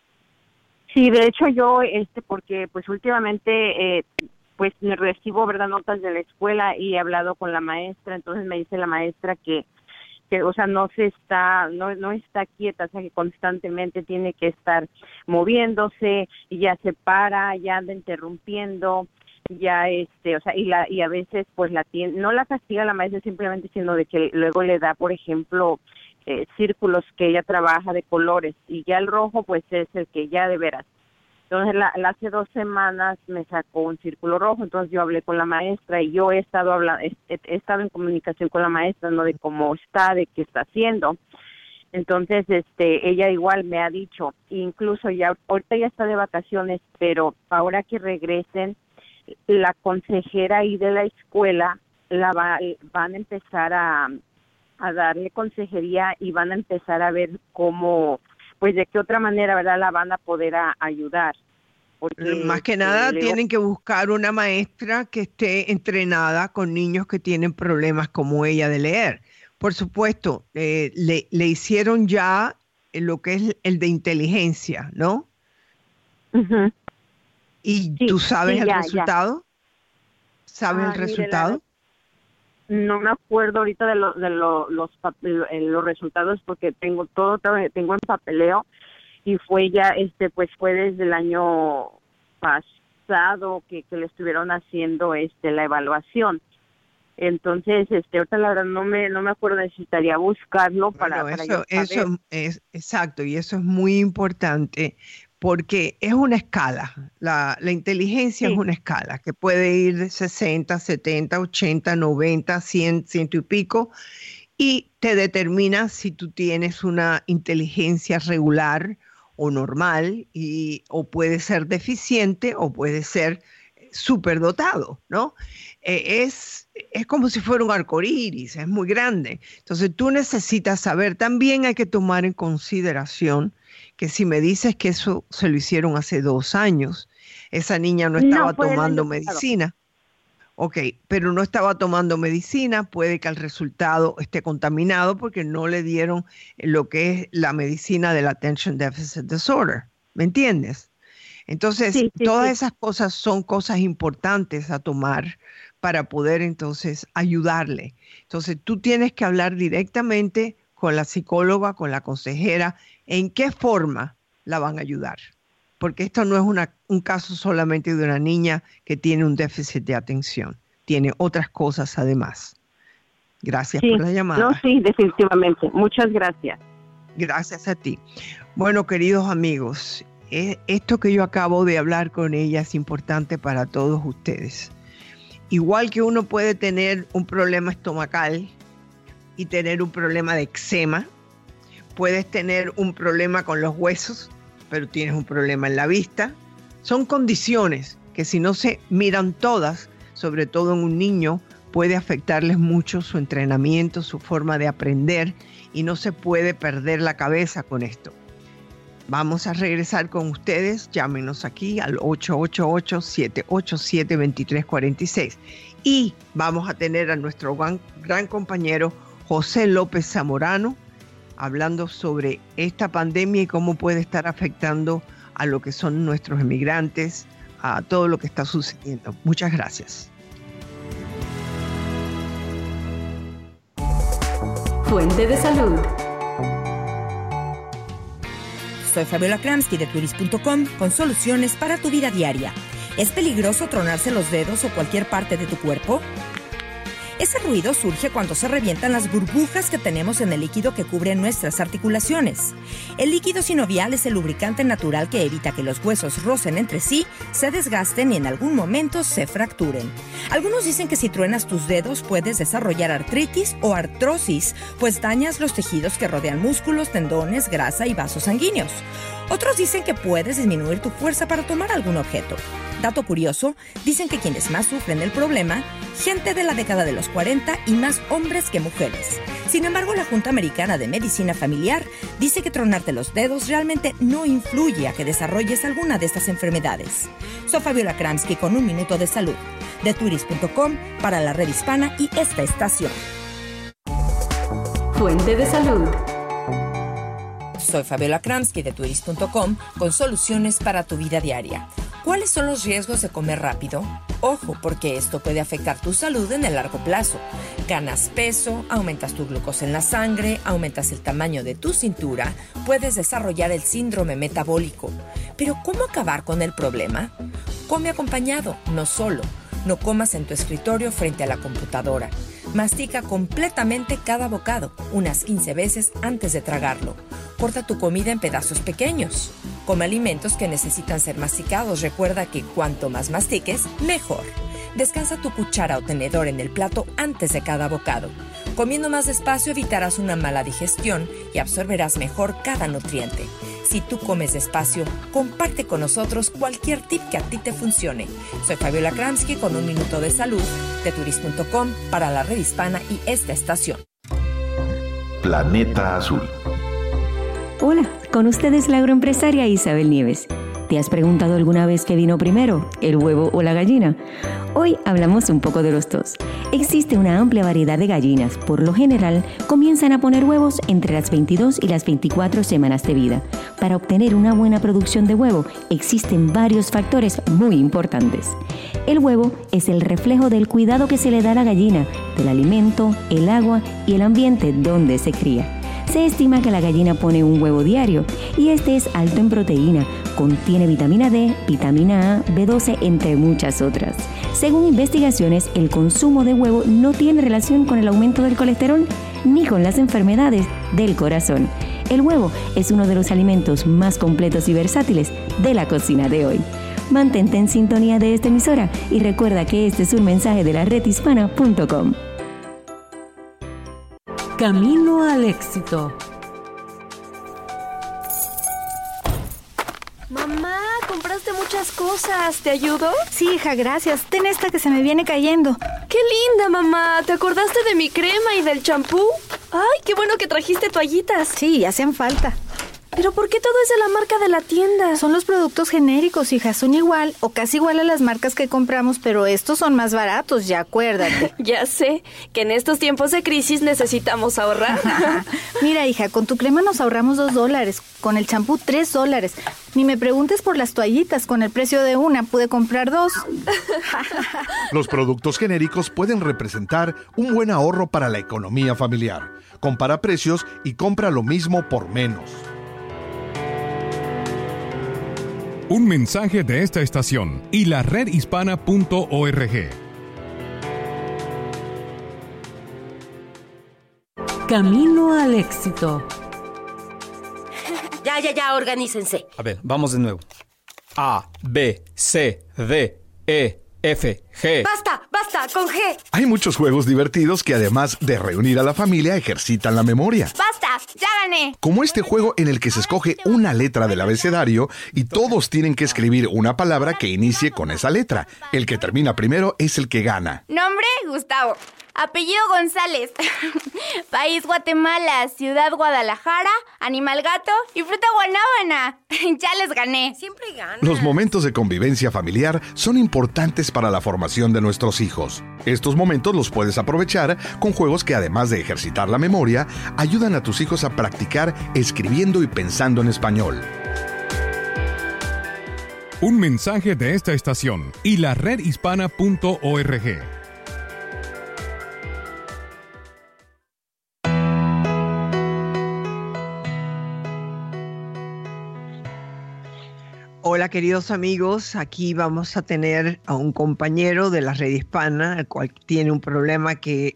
Sí, de hecho yo, porque pues últimamente pues me recibo, ¿verdad?, notas de la escuela y he hablado con la maestra, entonces me dice la maestra que o sea, no está quieta, o sea, que constantemente tiene que estar moviéndose y ya se para, ya anda interrumpiendo, ya o sea, y a veces pues no la castiga la maestra simplemente, sino de que luego le da, por ejemplo, círculos que ella trabaja de colores, y ya el rojo pues es el que ya de veras. Entonces, hace 2 semanas me sacó un círculo rojo, entonces yo hablé con la maestra y yo he estado en comunicación con la maestra, ¿no?, de cómo está, de qué está haciendo. Entonces, ella igual me ha dicho, incluso ya ahorita ya está de vacaciones, pero ahora que regresen, la consejera ahí de la escuela van a empezar a darle consejería y van a empezar a ver cómo, pues de qué otra manera, ¿verdad?, la van a poder ayudar. Porque, más que nada tienen que buscar una maestra que esté entrenada con niños que tienen problemas como ella de leer. Por supuesto, le hicieron ya lo que es el de inteligencia, ¿no? Uh-huh. ¿Y sí, tú sabes el resultado? ¿Sabes el resultado? No me acuerdo ahorita de los resultados, porque tengo en papeleo, y fue ya pues fue desde el año pasado que le estuvieron haciendo la evaluación. Entonces, ahorita la verdad no me acuerdo, necesitaría buscarlo para eso es exacto, y eso es muy importante, porque es una escala. La inteligencia es una escala que puede ir de 60, 70, 80, 90, 100, 100 y pico, y te determina si tú tienes una inteligencia regular o normal, o puede ser deficiente o puede ser superdotado, ¿no? Es como si fuera un arcoíris, es muy grande. Entonces tú necesitas saber, también hay que tomar en consideración que si me dices que eso se lo hicieron hace 2 años, esa niña no estaba tomando medicina. Ok, pero no estaba tomando medicina, puede que el resultado esté contaminado porque no le dieron lo que es la medicina del Attention Deficit Disorder. ¿Me entiendes? Entonces, todas esas cosas son cosas importantes a tomar para poder entonces ayudarle. Entonces, tú tienes que hablar directamente con la psicóloga, con la consejera, en qué forma la van a ayudar. Porque esto no es un caso solamente de una niña que tiene un déficit de atención. Tiene otras cosas además. Gracias por la llamada. No, sí, definitivamente. Muchas gracias. Gracias a ti. Bueno, queridos amigos, esto que yo acabo de hablar con ella es importante para todos ustedes. Igual que uno puede tener un problema estomacal y tener un problema de eczema, puedes tener un problema con los huesos, pero tienes un problema en la vista. Son condiciones que si no se miran todas, sobre todo en un niño, puede afectarles mucho su entrenamiento, su forma de aprender, y no se puede perder la cabeza con esto. Vamos a regresar con ustedes. Llámenos aquí al 888-787-2346. Y vamos a tener a nuestro gran compañero José López Zamorano hablando sobre esta pandemia y cómo puede estar afectando a lo que son nuestros emigrantes, a todo lo que está sucediendo. Muchas gracias. Fuente de salud. Soy Fabiola Kramsky de Turis.com con soluciones para tu vida diaria. ¿Es peligroso tronarse los dedos o cualquier parte de tu cuerpo? Ese ruido surge cuando se revientan las burbujas que tenemos en el líquido que cubre nuestras articulaciones. El líquido sinovial es el lubricante natural que evita que los huesos rocen entre sí, se desgasten y en algún momento se fracturen. Algunos dicen que si truenas tus dedos puedes desarrollar artritis o artrosis, pues dañas los tejidos que rodean músculos, tendones, grasa y vasos sanguíneos. Otros dicen que puedes disminuir tu fuerza para tomar algún objeto. Dato curioso, dicen que quienes más sufren el problema, gente de la década de los 40 y más hombres que mujeres. Sin embargo, la Junta Americana de Medicina Familiar dice que tronarte los dedos realmente no influye a que desarrolles alguna de estas enfermedades. Soy Fabiola Kramsky con Un Minuto de Salud, de Turis.com para la Red Hispana y esta estación. Fuente de salud. Soy Fabiola Kramsky de Turis.com con soluciones para tu vida diaria. ¿Cuáles son los riesgos de comer rápido? Ojo, porque esto puede afectar tu salud en el largo plazo. Ganas peso, aumentas tu glucosa en la sangre, aumentas el tamaño de tu cintura, puedes desarrollar el síndrome metabólico. Pero ¿cómo acabar con el problema? Come acompañado, no solo. No comas en tu escritorio frente a la computadora. Mastica completamente cada bocado, unas 15 veces antes de tragarlo. Corta tu comida en pedazos pequeños. Come alimentos que necesitan ser masticados. Recuerda que cuanto más mastiques, mejor. Descansa tu cuchara o tenedor en el plato antes de cada bocado. Comiendo más despacio evitarás una mala digestión y absorberás mejor cada nutriente. Si tú comes despacio, comparte con nosotros cualquier tip que a ti te funcione. Soy Fabiola Kramsky con Un Minuto de Salud, de Turis.com para la Red Hispana y esta estación. Planeta Azul. Hola, con ustedes la agroempresaria Isabel Nieves. ¿Te has preguntado alguna vez qué vino primero, el huevo o la gallina? Hoy hablamos un poco de los dos. Existe una amplia variedad de gallinas. Por lo general, comienzan a poner huevos entre las 22 y las 24 semanas de vida. Para obtener una buena producción de huevo, existen varios factores muy importantes. El huevo es el reflejo del cuidado que se le da a la gallina, del alimento, el agua y el ambiente donde se cría. Se estima que la gallina pone un huevo diario y este es alto en proteína, contiene vitamina D, vitamina A, B12, entre muchas otras. Según investigaciones, el consumo de huevo no tiene relación con el aumento del colesterol ni con las enfermedades del corazón. El huevo es uno de los alimentos más completos y versátiles de la cocina de hoy. Mantente en sintonía de esta emisora y recuerda que este es un mensaje de la redhispana.com. Camino al éxito. Mamá, compraste muchas cosas. ¿Te ayudo? Sí, hija, gracias. Ten esta que se me viene cayendo. ¡Qué linda, mamá! ¿Te acordaste de mi crema y del champú? ¡Ay, qué bueno que trajiste toallitas! Sí, hacen falta. ¿Pero por qué todo es de la marca de la tienda? Son los productos genéricos, hija. Son igual o casi igual a las marcas que compramos, pero estos son más baratos, ya acuérdate. Ya sé, que en estos tiempos de crisis necesitamos ahorrar. Mira, hija, con tu crema nos ahorramos $2, con el champú $3. Ni me preguntes por las toallitas, con el precio de una pude comprar 2. Los productos genéricos pueden representar un buen ahorro para la economía familiar. Compara precios y compra lo mismo por menos. Un mensaje de esta estación y la redhispana.org. Camino al éxito. Ya, organícense. A ver, vamos de nuevo. A, B, C, D, E, F, G. Basta, con G. Hay muchos juegos divertidos que además de reunir a la familia ejercitan la memoria. ¡Basta! ¡Ya gané! Como este juego en el que se escoge una letra del abecedario y todos tienen que escribir una palabra que inicie con esa letra. El que termina primero es el que gana. Nombre, Gustavo. Apellido González. País Guatemala. Ciudad Guadalajara. Animal gato. Y fruta guanábana. Ya les gané. Siempre ganas. Los momentos de convivencia familiar son importantes para la formación de nuestros hijos. Estos momentos los puedes aprovechar con juegos que además de ejercitar la memoria, ayudan a tus hijos a practicar escribiendo y pensando en español. Un mensaje de esta estación y la redhispana.org. Hola queridos amigos, aquí vamos a tener a un compañero de la Red Hispana, el cual tiene un programa que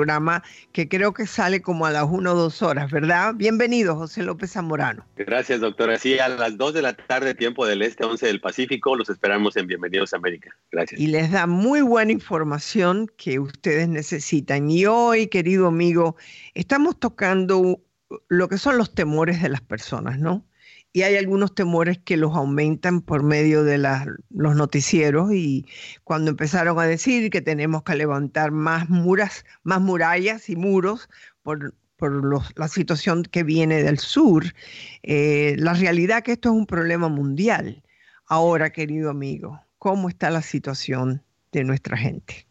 creo que sale como a las 1 o 2 horas, ¿verdad? Bienvenido, José López Zamorano. Gracias, doctora. Sí, a las 2 de la tarde, tiempo del Este, 11 del Pacífico, los esperamos en Bienvenidos a América. Gracias. Y les da muy buena información que ustedes necesitan. Y hoy, querido amigo, estamos tocando lo que son los temores de las personas, ¿no? Y hay algunos temores que los aumentan por medio de los noticieros, y cuando empezaron a decir que tenemos que levantar más murallas y muros por la situación que viene del sur, la realidad que esto es un problema mundial. Ahora, querido amigo, ¿cómo está la situación de nuestra gente?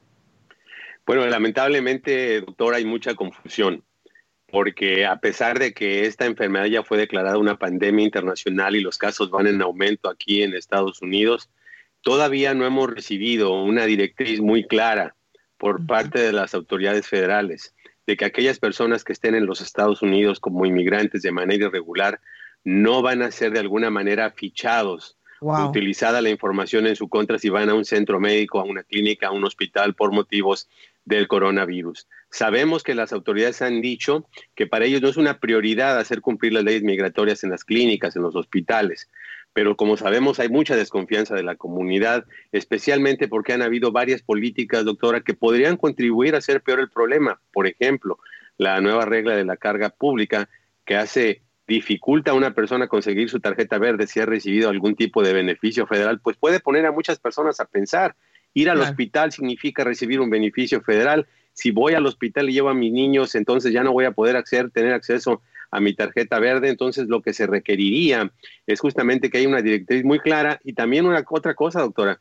Bueno, lamentablemente, doctora, hay mucha confusión, porque a pesar de que esta enfermedad ya fue declarada una pandemia internacional y los casos van en aumento aquí en Estados Unidos, todavía no hemos recibido una directriz muy clara por parte de las autoridades federales de que aquellas personas que estén en los Estados Unidos como inmigrantes de manera irregular no van a ser de alguna manera fichados, utilizada la información en su contra si van a un centro médico, a una clínica, a un hospital por motivos del coronavirus. Sabemos que las autoridades han dicho que para ellos no es una prioridad hacer cumplir las leyes migratorias en las clínicas, en los hospitales, pero como sabemos hay mucha desconfianza de la comunidad, especialmente porque han habido varias políticas, doctora, que podrían contribuir a hacer peor el problema. Por ejemplo, la nueva regla de la carga pública que dificulta a una persona conseguir su tarjeta verde si ha recibido algún tipo de beneficio federal, pues puede poner a muchas personas a pensar. Ir al hospital significa recibir un beneficio federal. Si voy al hospital y llevo a mis niños, entonces ya no voy a poder tener acceso a mi tarjeta verde. Entonces lo que se requeriría es justamente que haya una directriz muy clara y también otra cosa, doctora,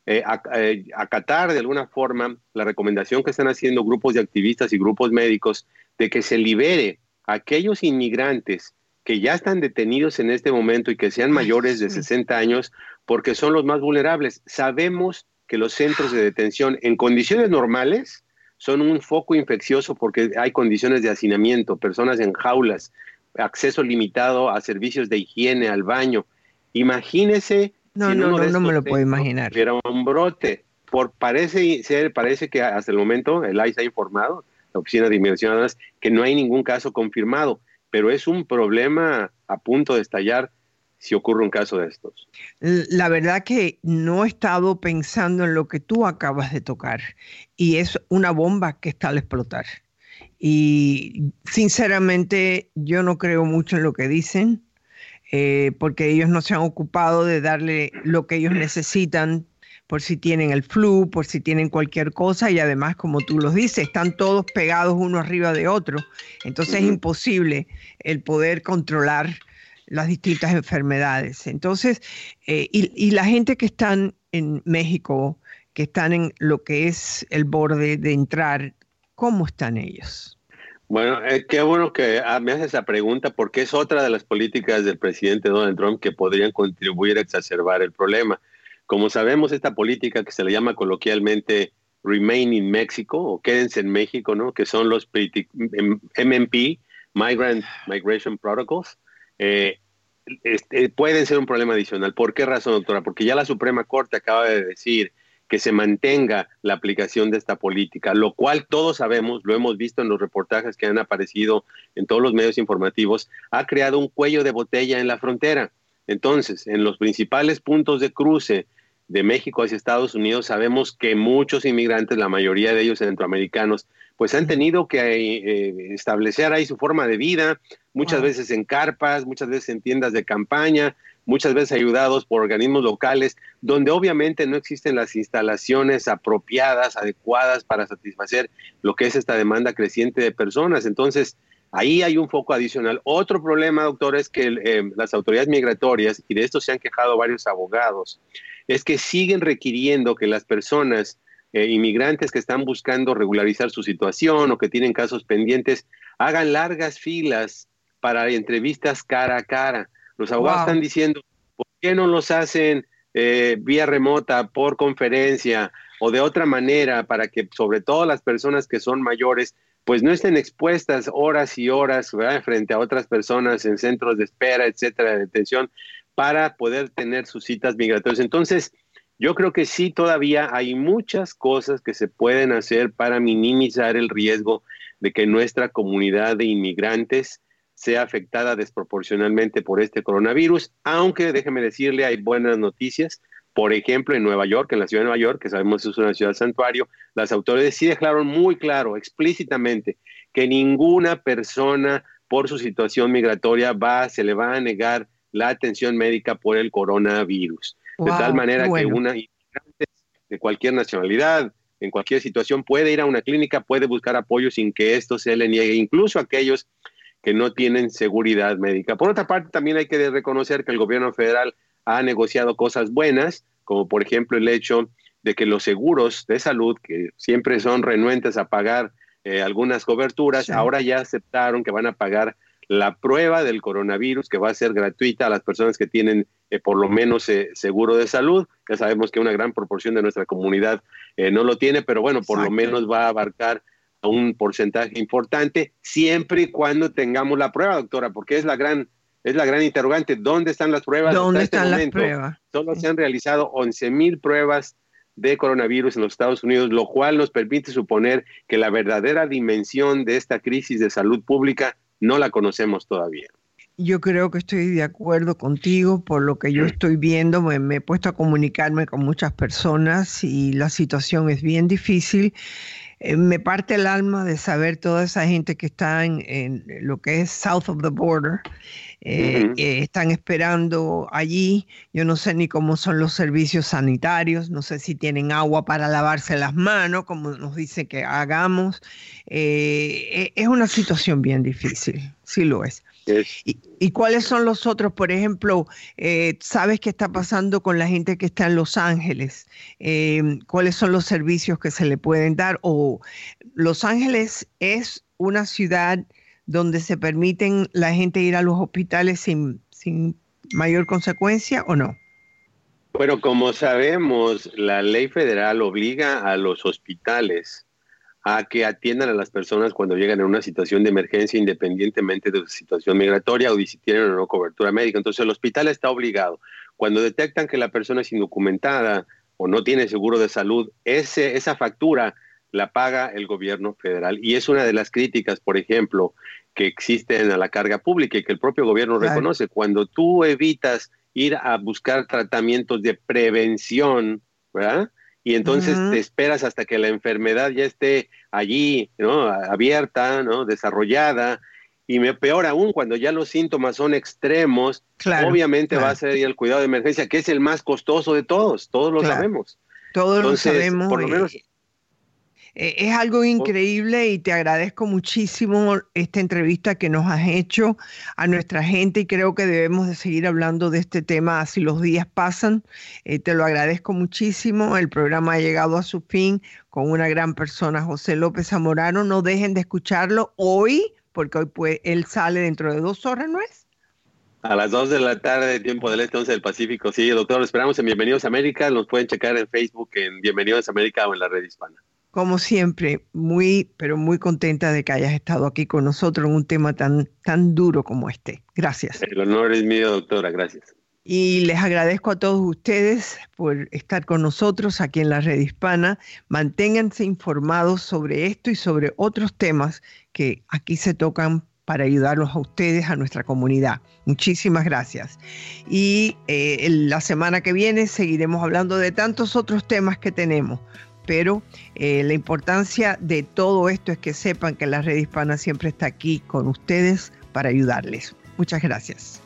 acatar de alguna forma la recomendación que están haciendo grupos de activistas y grupos médicos de que se libere a aquellos inmigrantes que ya están detenidos en este momento y que sean mayores de 60 años, porque son los más vulnerables. Sabemos que los centros de detención en condiciones normales son un foco infeccioso porque hay condiciones de hacinamiento, personas en jaulas, acceso limitado a servicios de higiene, al baño. Imagínese no me lo puedo imaginar. Era un brote. Parece que hasta el momento el ICE ha informado, la Oficina de Inmigración, que no hay ningún caso confirmado, pero es un problema a punto de estallar si ocurre un caso de estos. La verdad que no he estado pensando en lo que tú acabas de tocar, y es una bomba que está al explotar. Y sinceramente yo no creo mucho en lo que dicen, porque ellos no se han ocupado de darle lo que ellos necesitan por si tienen el flu, por si tienen cualquier cosa, y además, como tú los dices, están todos pegados uno arriba de otro. Entonces es imposible el poder controlar las distintas enfermedades. Entonces, y la gente que están en México, que están en lo que es el borde de entrar, ¿cómo están ellos? Bueno, qué bueno que me haces esa pregunta, porque es otra de las políticas del presidente Donald Trump que podrían contribuir a exacerbar el problema. Como sabemos, esta política que se le llama coloquialmente Remain in Mexico o Quédense en México, ¿no? Que son los MMP, Migrant Migration Protocols, pueden ser un problema adicional. ¿Por qué razón, doctora? Porque ya la Suprema Corte acaba de decir que se mantenga la aplicación de esta política, lo cual todos sabemos, lo hemos visto en los reportajes que han aparecido en todos los medios informativos, ha creado un cuello de botella en la frontera. Entonces, en los principales puntos de cruce de México hacia Estados Unidos, sabemos que muchos inmigrantes, la mayoría de ellos centroamericanos, pues han tenido que establecer ahí su forma de vida, muchas veces en carpas, muchas veces en tiendas de campaña, muchas veces ayudados por organismos locales, donde obviamente no existen las instalaciones apropiadas, adecuadas para satisfacer lo que es esta demanda creciente de personas. Entonces, ahí hay un foco adicional. Otro problema, doctor, es que las autoridades migratorias, y de esto se han quejado varios abogados, es que siguen requiriendo que las personas inmigrantes que están buscando regularizar su situación o que tienen casos pendientes hagan largas filas para entrevistas cara a cara. Los abogados están diciendo, ¿por qué no los hacen vía remota, por conferencia o de otra manera, para que sobre todo las personas que son mayores pues no estén expuestas horas y horas, ¿verdad?, frente a otras personas en centros de espera, etcétera, de detención, para poder tener sus citas migratorias. Entonces, yo creo que sí, todavía hay muchas cosas que se pueden hacer para minimizar el riesgo de que nuestra comunidad de inmigrantes sea afectada desproporcionalmente por este coronavirus, aunque déjeme decirle, hay buenas noticias. Por ejemplo, en Nueva York, en la ciudad de Nueva York, que sabemos es una ciudad santuario, las autoridades sí dejaron muy claro, explícitamente, que ninguna persona por su situación migratoria se le va a negar la atención médica por el coronavirus. Wow, de tal manera que una inmigrante de cualquier nacionalidad, en cualquier situación, puede ir a una clínica, puede buscar apoyo sin que esto se le niegue, incluso a aquellos que no tienen seguridad médica. Por otra parte, también hay que reconocer que el gobierno federal ha negociado cosas buenas, como por ejemplo el hecho de que los seguros de salud, que siempre son renuentes a pagar algunas coberturas, ahora ya aceptaron que van a pagar la prueba del coronavirus, que va a ser gratuita a las personas que tienen por lo menos seguro de salud. Ya sabemos que una gran proporción de nuestra comunidad no lo tiene, pero bueno, por lo menos va a abarcar a un porcentaje importante, siempre y cuando tengamos la prueba, doctora, porque es la gran interrogante. ¿Dónde están las pruebas? ¿Dónde están las pruebas? Solo se han realizado 11,000 pruebas de coronavirus en los Estados Unidos, lo cual nos permite suponer que la verdadera dimensión de esta crisis de salud pública no la conocemos todavía. Yo creo que estoy de acuerdo contigo. Por lo que yo estoy viendo, me he puesto a comunicarme con muchas personas y la situación es bien difícil. Me parte el alma de saber toda esa gente que está en lo que es south of the border. Están esperando allí. Yo no sé ni cómo son los servicios sanitarios, no sé si tienen agua para lavarse las manos, como nos dice que hagamos. Es una situación bien difícil, sí lo es. ¿Y cuáles son los otros? Por ejemplo, ¿sabes qué está pasando con la gente que está en Los Ángeles? ¿Cuáles son los servicios que se le pueden dar? ¿O Los Ángeles es una ciudad donde se permiten la gente ir a los hospitales sin mayor consecuencia o no? Bueno, como sabemos, la ley federal obliga a los hospitales a que atiendan a las personas cuando llegan en una situación de emergencia, independientemente de su situación migratoria o de si tienen o no cobertura médica. Entonces el hospital está obligado. Cuando detectan que la persona es indocumentada o no tiene seguro de salud, esa factura la paga el gobierno federal. Y es una de las críticas, por ejemplo, que existen a la carga pública y que el propio gobierno reconoce. Cuando tú evitas ir a buscar tratamientos de prevención, ¿verdad? Y entonces te esperas hasta que la enfermedad ya esté allí, ¿no? Abierta, ¿no? Desarrollada. Y peor aún, cuando ya los síntomas son extremos, obviamente va a ser el cuidado de emergencia, que es el más costoso de todos lo sabemos. Todos lo sabemos. Por lo menos, es algo increíble y te agradezco muchísimo esta entrevista que nos has hecho a nuestra gente y creo que debemos de seguir hablando de este tema así los días pasan. Te lo agradezco muchísimo. El programa ha llegado a su fin con una gran persona, José López Zamorano. No dejen de escucharlo hoy, porque hoy él sale dentro de 2 horas, ¿no es? A las 2 de la tarde, tiempo del Este, 11 del Pacífico. Sí, doctor, lo esperamos en Bienvenidos a América. Nos pueden checar en Facebook en Bienvenidos a América o en la red hispana. Como siempre, pero muy contenta de que hayas estado aquí con nosotros en un tema tan duro como este. Gracias. El honor es mío, doctora. Gracias. Y les agradezco a todos ustedes por estar con nosotros aquí en la Red Hispana. Manténganse informados sobre esto y sobre otros temas que aquí se tocan para ayudarlos a ustedes, a nuestra comunidad. Muchísimas gracias. Y la semana que viene seguiremos hablando de tantos otros temas que tenemos. Pero la importancia de todo esto es que sepan que la Red Hispana siempre está aquí con ustedes para ayudarles. Muchas gracias.